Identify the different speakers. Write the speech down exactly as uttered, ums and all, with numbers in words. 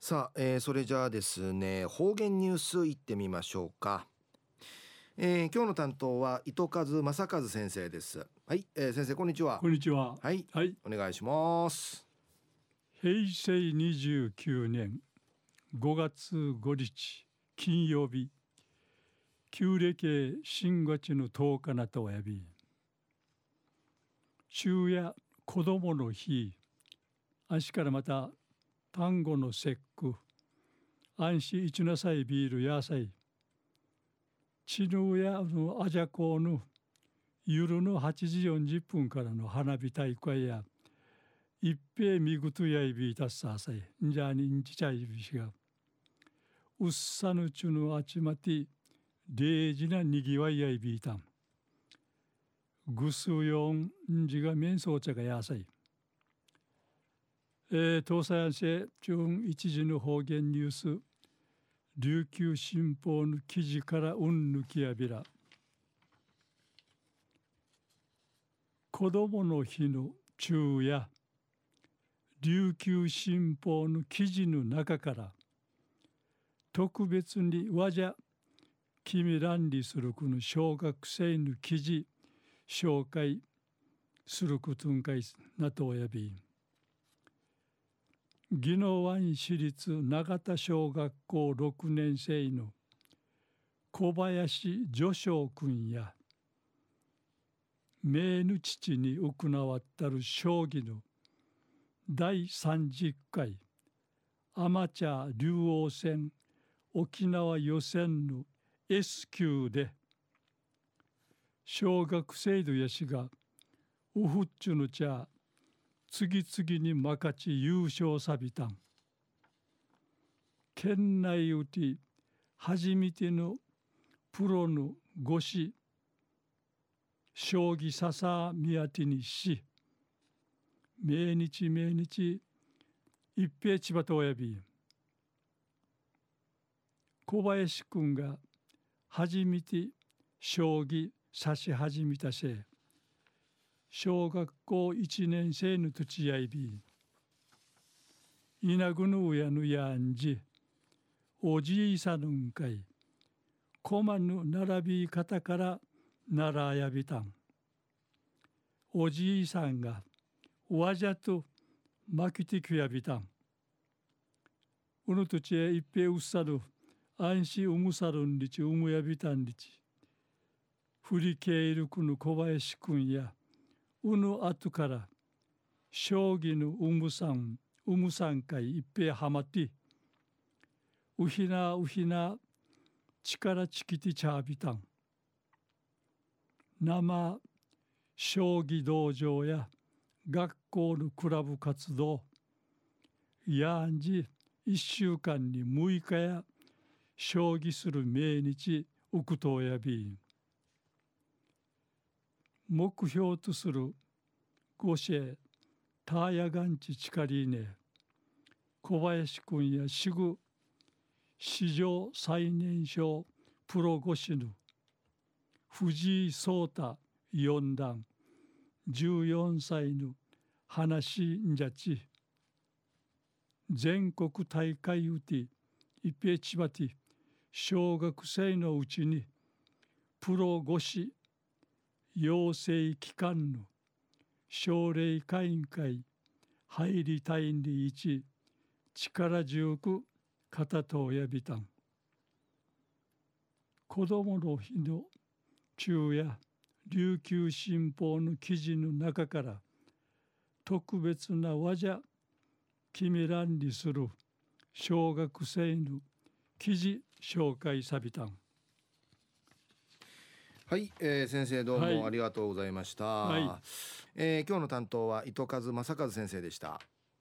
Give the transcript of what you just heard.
Speaker 1: さあ、えーそれじゃあですね、方言ニュースいってみましょうか。えー今日の担当は糸数正和先生です。はい、えー先生こんにちは。
Speaker 2: こんにちは。
Speaker 1: はい、
Speaker 2: はい。
Speaker 1: お願いします。
Speaker 2: 平成にじゅうきゅうねんごがつごにち金曜日、旧暦新月のとおかなとおやび、昼夜子供の日、足からまた単語の節句、安心一なさいビールやさい、ちぬやのあじゃこの夜のはちじよんじゅっぷんからの花火大会や、一平見事やいびいたっさあさい、んじゃにんちちゃいびしが、うっさぬちゅのあちまて、礼儀なにぎわいやいびいたん。ぐすよんんじが面相茶がやさい。えー、東西安市中一時の方言ニュース、琉球新報の記事からうんぬきやびら。子どもの日の昼夜、琉球新報の記事の中から、特別にわじゃ君乱理するこの小学生の記事紹介することんかいなとおやび宜野湾市立永田小学校ろくねん生の小林序章君や命の父に行わったる将棋のだいさんじゅっかいアマチュア竜王戦沖縄予選の エスきゅう で小学生どやしがウフッチュの茶次々にまかち優勝さびたん。県内うて初めてのプロのごし将棋ささみやてにし命日命日一平千葉とおやび小林くんが初めて将棋指し始めたせ小学校いちねん生のとちやいび稲ぐぬうやぬやんじおじいさぬんかいこまぬ並び方からならやびたんおじいさんがわじゃとまきてきやびたんうぬとちへ一平うっさる安心うむさるんりちうむやびたんりち振りけいるくぬ小林くんやうぬあとから将棋のうむさんうむさんかい一平はまってうひなうひな力ちきてちゃびたん生将棋道場や学校のクラブ活動やんじいっしゅうかんにむいかや将棋する命日うくとやび目標とするごシェターヤガンチチカリーネ小林くんやしぐ史上最年少プロごしぬ藤井聡太四段じゅうよんさいの話んじゃち全国大会うていぺちばて小学生のうちにプロごし養成機関の奨励会員会入りたいんでいち力強く片とやびたん子どもの日の昼夜琉球新報の記事の中から特別なわじゃ君らんにする小学生の記事紹介さびたん
Speaker 1: はい、えー先生どう
Speaker 2: はい
Speaker 1: もありがとうございました。
Speaker 2: はい
Speaker 1: えー今日の担当は糸数正和先生でした。